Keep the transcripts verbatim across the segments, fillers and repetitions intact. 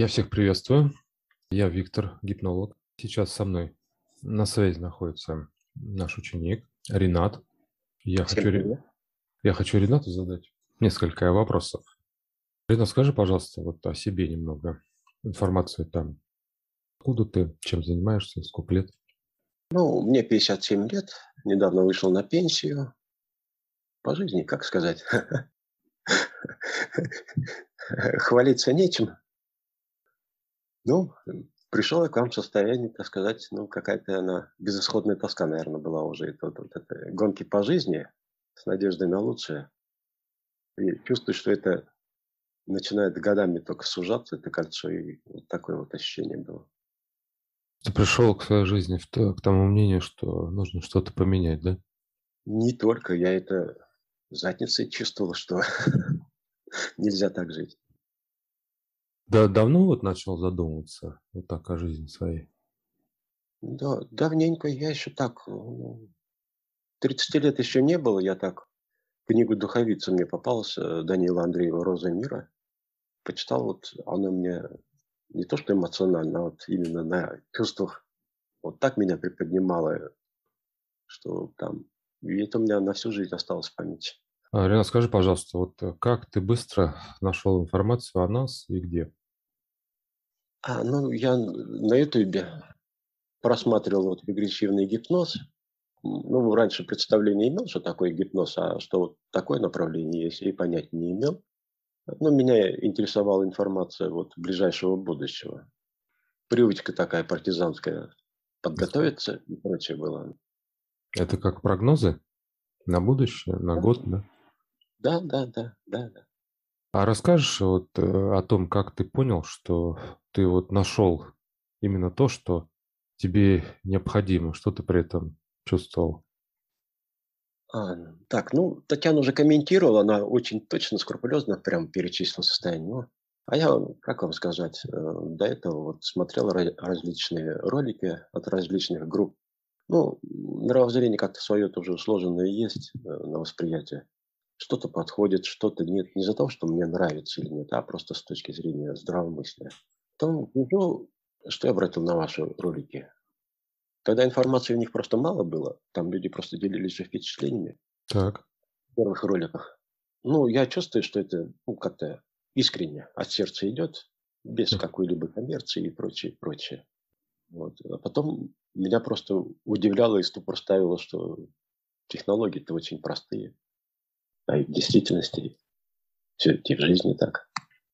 Я всех приветствую. Я Виктор, гипнолог. Сейчас со мной на связи находится наш ученик Ренат. Я Всем хочу, Ре- привет. я хочу Ренату задать несколько вопросов. Ренат, скажи, пожалуйста, вот о себе немного. Информацию там. Откуда ты, чем занимаешься, сколько лет? Ну, мне пятьдесят семь лет, недавно вышел на пенсию. По жизни, как сказать, хвалиться нечем. Ну, пришел я к вам в состоянии, так сказать, ну, какая-то она безысходная тоска, наверное, была уже. Это вот, вот это гонки по жизни с надеждой на лучшее. И чувствую, что это начинает годами только сужаться, это кольцо, и вот такое вот ощущение было. Ты пришел к своей жизни в то- к тому мнению, что нужно что-то поменять, да? Не только я это задницей чувствовал, что нельзя так жить. Да, давно вот начал задумываться вот так о жизни своей? Да, давненько я еще так, ну, тридцати лет еще не было, я так книгу духовицы мне попалась, э, Даниила Андреева "Роза мира". Почитал, вот она мне не то что эмоционально, а вот именно на чувствах вот так меня приподнимала, что там и это у меня на всю жизнь осталось в памяти. А, Ренат, скажи, пожалуйста, вот э, как ты быстро нашел информацию о нас и где? А, ну, я на "Ютубе" просматривал вот регрессивный гипноз. М, ну, раньше представление имел, что такое гипноз, а что вот такое направление есть, и понять не имел. Ну, меня интересовала информация вот ближайшего будущего. Привычка такая партизанская подготовиться и прочее было. Это как прогнозы на будущее, на Да, год, да? да, да, да, да, да. А расскажешь вот э, о том, как ты понял, что ты вот нашел именно то, что тебе необходимо, что ты при этом чувствовал? А, так, ну, Татьяна уже комментировала, она очень точно, скрупулезно прям перечислила состояние. Ну, а я, как вам сказать, э, до этого вот смотрел ра- различные ролики от различных групп. Ну, мировоззрение как-то свое тоже сложенное есть э, на восприятие. Что-то подходит, что-то нет. Не из-за того, что мне нравится или нет, а просто с точки зрения здравомыслия. Потом, ну, что я обратил на ваши ролики? Когда информации у них просто мало было, там люди просто делились же впечатлениями Так. в первых роликах. Ну, я чувствую, что это ну, как-то искренне от сердца идет, без М. какой-либо коммерции и прочее, прочее. Вот. А потом меня просто удивляло и в ступор ставило, что технологии-то очень простые. А и в действительности все-таки в жизни так.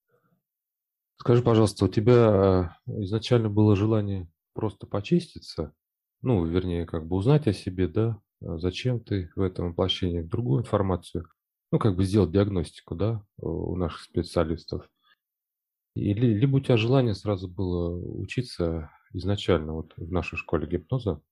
Скажи, пожалуйста, у тебя э, изначально было желание просто почиститься, ну, вернее, как бы узнать о себе, да, а зачем ты в этом воплощении, другую информацию, ну, как бы сделать диагностику, да, у наших специалистов. Или либо у тебя желание сразу было учиться изначально вот в нашей школе гипноза?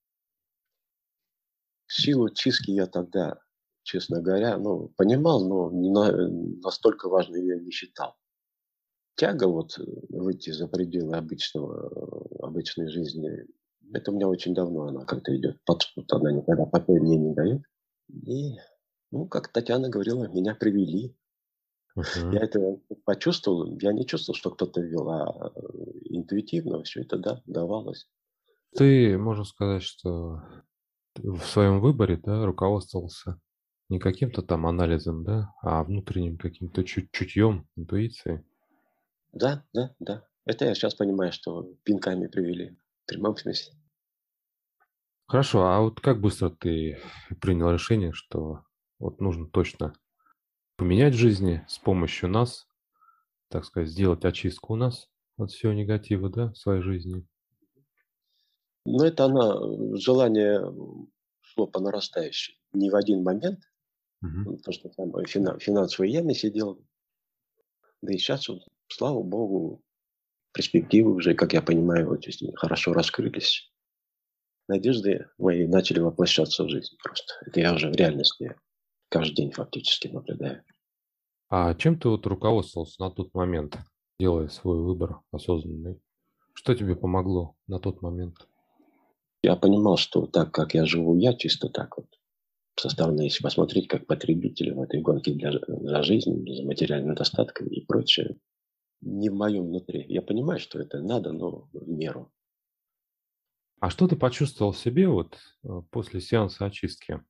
Силу чистки я тогда, честно говоря, ну, понимал, но не на- настолько важной ее не считал. Тяга вот э, выйти за пределы обычного, э, обычной жизни, это у меня очень давно она как-то идет. Под спут, она никогда покоя мне не дает. И, ну, как Татьяна говорила, меня привели. Мгм. Я это почувствовал. Я не чувствовал, что кто-то вел, а э, интуитивно все это, да, давалось. Ты, можно сказать, что ты в своем выборе, да, руководствовался не каким-то там анализом, да, а внутренним каким-то чуть чутьем, интуицией. Да, да, да. Это я сейчас понимаю, что пинками привели. В прямом смысле. Хорошо, а вот как быстро ты принял решение, что вот нужно точно поменять в жизни с помощью нас, так сказать, сделать очистку у нас от всего негатива, да, в своей жизни? Но это она, э, желание м, шло по нарастающей. Не в один момент, Мгм. ну, то, что там э, фина- финансовой яме сидел. Да и сейчас, вот, слава богу, перспективы уже, как я понимаю, вот, очень хорошо раскрылись. Надежды мои начали воплощаться в жизнь просто. Это я уже в реальности каждый день фактически наблюдаю. А чем ты вот руководствовался на тот момент, делая свой выбор осознанный? Что тебе помогло на тот момент? Я понимал, что так, как я живу, я чисто так вот, со стороны, если посмотреть, как потребитель в этой гонке для, ж- за жизнь, за материальным достатком и прочее. не в моем внутри. Я понимаю, что это надо, но в меру. А что ты почувствовал в себе вот э, после сеанса очистки?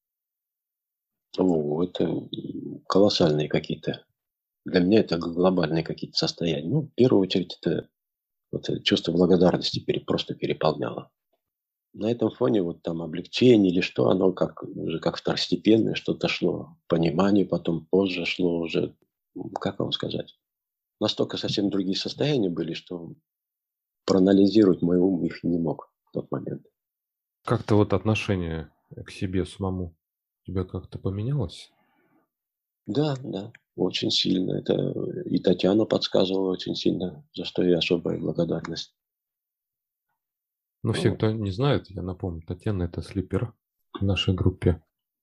О, это м, колоссальные какие-то. Для меня это глобальные какие-то состояния. Ну, в первую очередь, это вот это чувство благодарности пере- просто переполняло. На этом фоне вот там облегчение или что, оно как уже как второстепенное, что-то шло. Понимание потом позже шло уже, м, как вам сказать, настолько совсем другие состояния были, что проанализировать мой ум их не мог в тот момент. Как-то вот отношение к себе самому у тебя как-то поменялось? Да, да, очень сильно. Это и Татьяна подсказывала очень сильно, за что ей особая благодарность. Ну, все, Вот. кто не знает, я напомню, Татьяна — это слипер в нашей группе.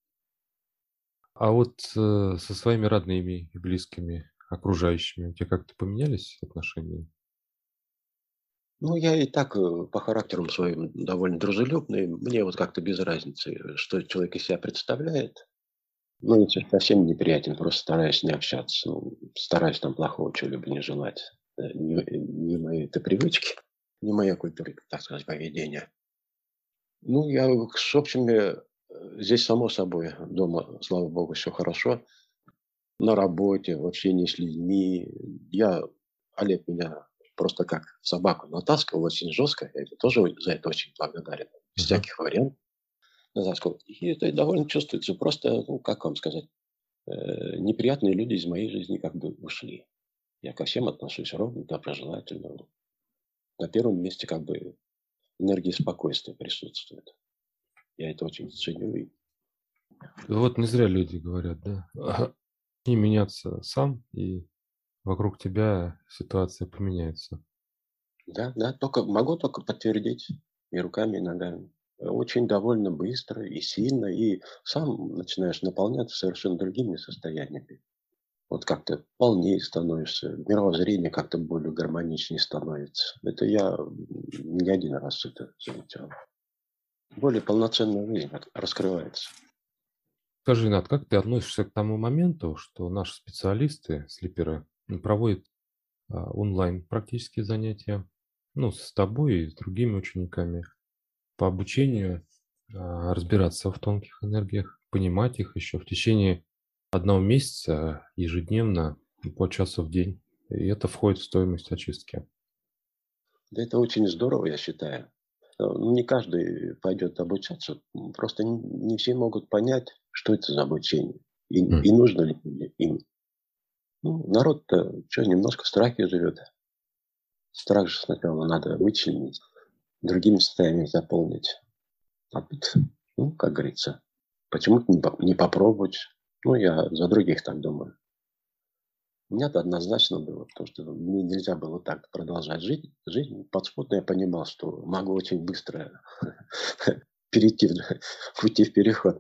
А вот э, со своими родными и близкими, окружающими у тебя как-то поменялись отношения? Ну, я и так э, по характеру своим довольно дружелюбный. Мне вот как-то без разницы, э, что человек из себя представляет. Ну, если совсем неприятен, просто стараюсь не общаться. Ну, стараюсь там плохого чего-либо не желать. Э, Не, не мои это привычки, не моя культура, так сказать, поведения. Ну, я в с общими, э, здесь само собой дома, слава богу, все хорошо. На работе, в общении с людьми. Я Олег меня просто как собаку натаскивал очень жестко. Я ему тоже за это очень благодарен. Без Ага. всяких вариантов натаскивал. И это довольно чувствуется. Просто, ну, как вам сказать, э, неприятные люди из моей жизни как бы ушли. Я ко всем отношусь ровно, доброжелательно. На первом месте как бы энергия спокойствия присутствует. Я это очень ценю. И Вот не зря люди говорят, да, не меняться сам, и вокруг тебя ситуация поменяется. да, да, только могу только подтвердить и руками, и ногами. Э, Очень довольно быстро и сильно, и сам начинаешь наполняться совершенно другими состояниями. Вот как-то полнее становишься, мировоззрение как-то более гармоничнее становится. Это я м, не один раз это замечал. Более полноценная жизнь от- раскрывается. Скажи, Над, как ты относишься к тому моменту, что наши специалисты, слиперы, м, проводят а, онлайн практические занятия, ну, с тобой и с другими учениками по обучению а, разбираться в тонких энергиях, понимать их еще в течение одного месяца ежедневно по часу в день. И это входит в стоимость очистки. Да это очень здорово, я считаю. Э, ну, не каждый пойдет обучаться. М, Просто не не все могут понять, что это за обучение и, М. и нужно ли им. Ну, народ-то что немножко в страхе живет. Страх же сначала надо вычленить, другими состояниями заполнить. А тут, ну, как говорится, почему-то не, поп- не попробовать. Ну, я за других так думаю. У меня-то однозначно было, потому что мне нельзя было так продолжать жить. Жизнь подспудно я понимал, что могу очень быстро перейти, в- уйти в переход.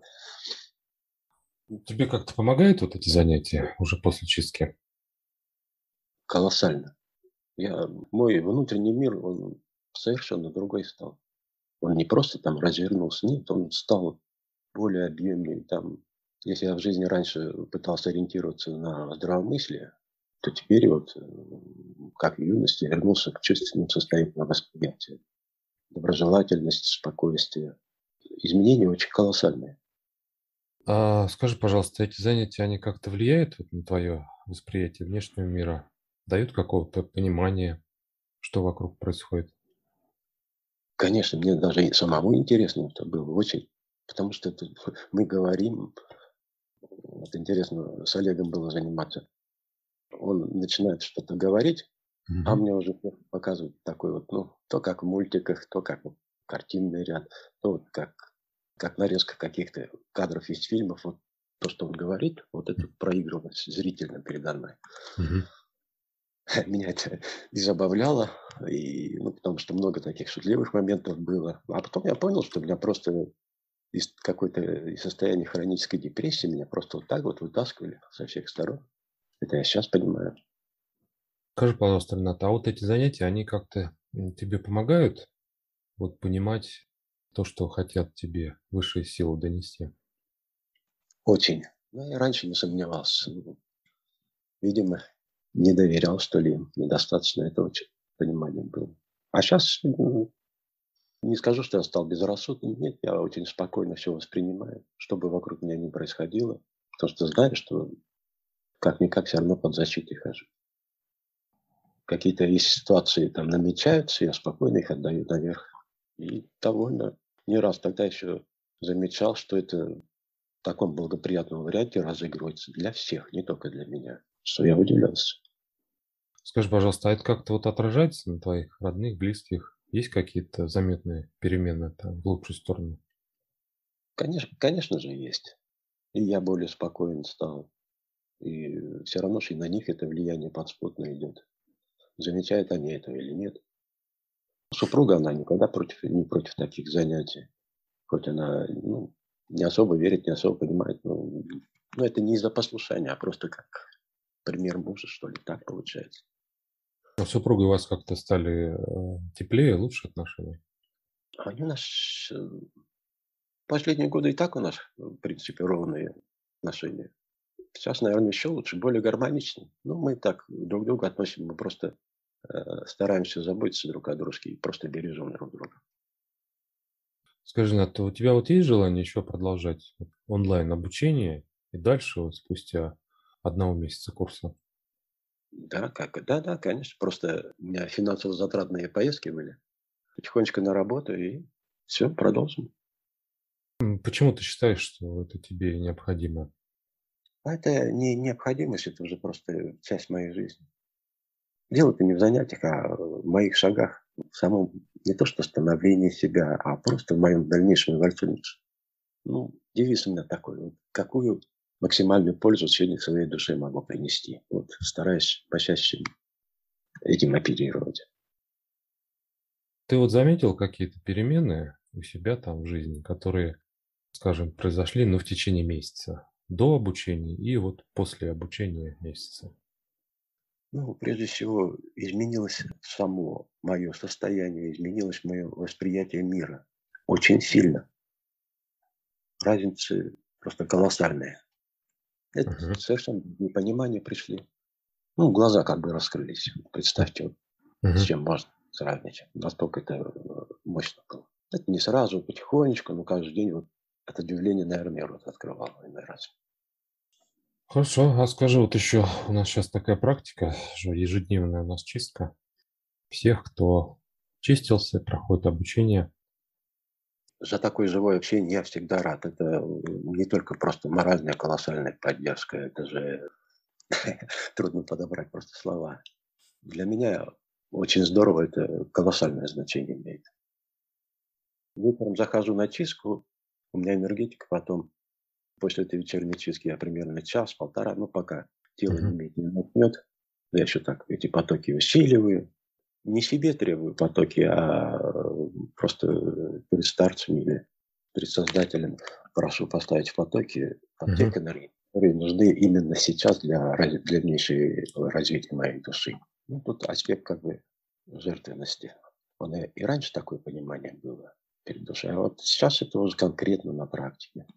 Тебе как-то помогают вот эти занятия уже после чистки? Колоссально. Я, мой внутренний мир, он совершенно другой стал. Он не просто там развернулся, нет, он стал более объемный. Там, если я в жизни раньше пытался ориентироваться на здравомыслие, то теперь вот, э, как в юности, вернулся к чувственным состояниям восприятия. Доброжелательность, спокойствие. Изменения очень колоссальные. А скажи, пожалуйста, эти занятия, они как-то влияют вот на твое восприятие внешнего мира? Дают какого-то понимания, что вокруг происходит? Конечно, мне даже и самому интересно это было очень, потому что это мы говорим, вот интересно с Олегом было заниматься. Он начинает что-то говорить, а Мгм. мне уже показывают такой вот, ну, то как в мультиках, то как вот картинный ряд, то вот как, как нарезка каких-то кадров из фильмов. Вот то, что он говорит, вот это проигрывалось зрительно передо мной. Мгм. Меня это и забавляло, и, ну, потому что много таких шутливых моментов было. А потом я понял, что меня просто из какой-то из состояния хронической депрессии меня просто вот так вот вытаскивали со всех сторон. Это я сейчас понимаю. Скажи, пожалуйста, Ренат, а вот эти занятия, они как-то м, тебе помогают вот понимать то, что хотят тебе высшие силы донести? Очень. Ну, я раньше не сомневался. Ну, видимо, не доверял, что ли, им. Недостаточно этого ч понимания было. А щас, м, не скажу, что я стал безрассудным. Нет, я очень спокойно всё воспринимаю, что бы вокруг меня ни происходило. Потому что знаю, что как-никак всё равно под защитой хожу. Какие-то есть ситуации там намечаются, я спокойно их отдаю наверх. И довольно не раз тогда еще замечал, что это в таком благоприятном варианте разыгрывается для всех, не только для меня, что я удивлялся. Скажи, пожалуйста, а это как-то вот отражается на твоих родных, близких? Есть какие-то заметные перемены там в лучшую сторону? Конечно конечно же, есть. И я более спокоен стал. И всё равно ж и на них это влияние подспудно идет. Замечают они это или нет. Супруга, она никогда против не против таких занятий. Хоть она, ну, не особо верит, не особо понимает, но, ну, это не из-за послушания, а просто как пример мужа, что ли, так получается. А с супругой у вас как-то стали, э, теплее, лучше отношения? Они у нас, э, последние годы и так у нас, в принципе, ровные отношения. Сейчас, наверно, еще лучше, более гармоничнее. Ну, мы так друг к другу относим, мы просто, э, стараемся заботиться друг о дружке и просто бережем друг друга. Скажи, а то у тебя вот есть желание еще продолжать вот онлайн-обучение и дальше, вот спустя одного месяца курса? Да, как, да-да, конечно. Просто у меня финансово-затратные поездки были. Потихонечку на работу и всё, продолжим. М, почему ты считаешь, что это тебе необходимо? А это не необходимость, это уже просто часть моей жизни. Дело-то не в занятиях, а в моих шагах, в самом не то что становлении себя, а просто в моем дальнейшем эволюционировании. Ну, девиз у меня такой вот: какую максимальную пользу сегодня своей душе могу принести. Вот стараюсь почаще этим оперировать. Ты вот заметил какие-то перемены у себя там в жизни, которые, скажем, произошли, ну, в течение месяца до обучения и вот после обучения месяца? Ну, прежде всего, изменилось само мое состояние, изменилось мое восприятие мира очень сильно. Разницы просто колоссальные. Это Мгм. совершенно непонимание пришли. Ну, глаза как бы раскрылись. М. Представьте, вот с Мгм. чем можно сравнить. Настолько это, э, мощно было. Это не сразу, потихонечку, но каждый день вот от удивления, наверно, я рот открывал иной раз. Хорошо, а скажи, вот еще у нас щас такая практика, что ежедневная у нас чистка всех, кто чистился, проходит обучение. За такое живое общение я всегда рад. Это, м, не только просто моральная колоссальная поддержка, это же трудно подобрать просто слова. Для меня очень здорово, это колоссальное значение имеет. Утром захожу на чистку, у меня энергетика потом, после этой вечерней чистки я примерно час-полтора, ну, пока тело Мгм. немеет, не отмоет, я еще так эти потоки усиливаю. Не себе требую потоки, а просто перед старцами или перед Создателем прошу поставить в потоки Мгм. отток энергии, которые нужны именно сейчас для рази дальнейшего развития моей души. Ну, тут аспект как бы жертвенности. Он и и раньше такое понимание было перед душой, а вот сейчас это уже конкретно на практике.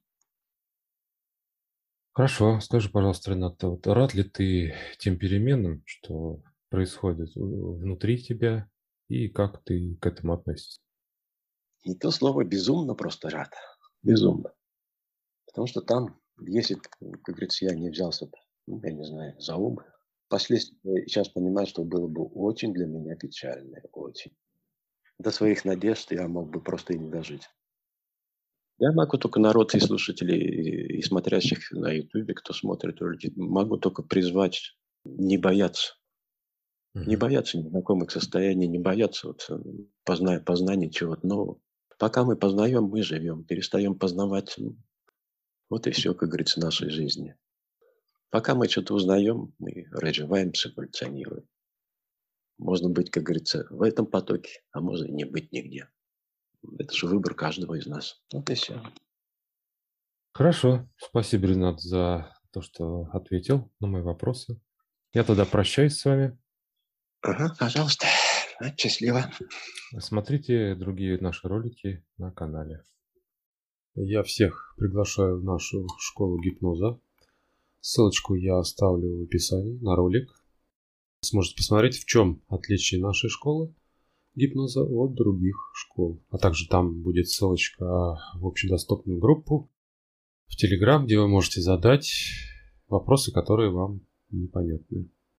Хорошо. Скажи, пожалуйста, Ренат, а вот рад ли ты тем переменам, что происходят в внутри тебя, и как ты к этому относишься? Не то слово, безумно просто рад. Безумно. Потому что там, если б, как говорится, я не взялся б, ну, я не знаю, за ум, впоследствии щас понимаю, что было бы очень для меня печально, очень. До своих надежд я мог бы просто и не дожить. Я могу только народ и слушателей, и и смотрящих на "Ютубе", кто смотрит ролики, могу только призвать не бояться. Не Мгм. бояться незнакомых состояний, не бояться вот, э, позна познания чего-то нового. Пока мы познаем, мы живем. Перестаем познавать, ну, вот и всё, как говорится, в нашей жизни. Пока мы чё-то узнаем, мы развиваемся, эволюционируем. Можно быть, как говорится, в этом потоке, а можно и не быть нигде. Это же выбор каждого из нас. Вот и всё. Хорошо. Спасибо, Ренат, за то, что ответил на мои вопросы. Я тогда прощаюсь с вами. Ага, пожалуйста. А, счастливо. Смотрите другие наши ролики на канале. Я всех приглашаю в нашу школу гипноза. Ссылочку я оставлю в описании на ролик. Сможете посмотреть, в чем отличие нашей школы гипноза от других школ. А также там будет ссылочка в общедоступную группу в Telegram, где вы можете задать вопросы, которые вам непонятны.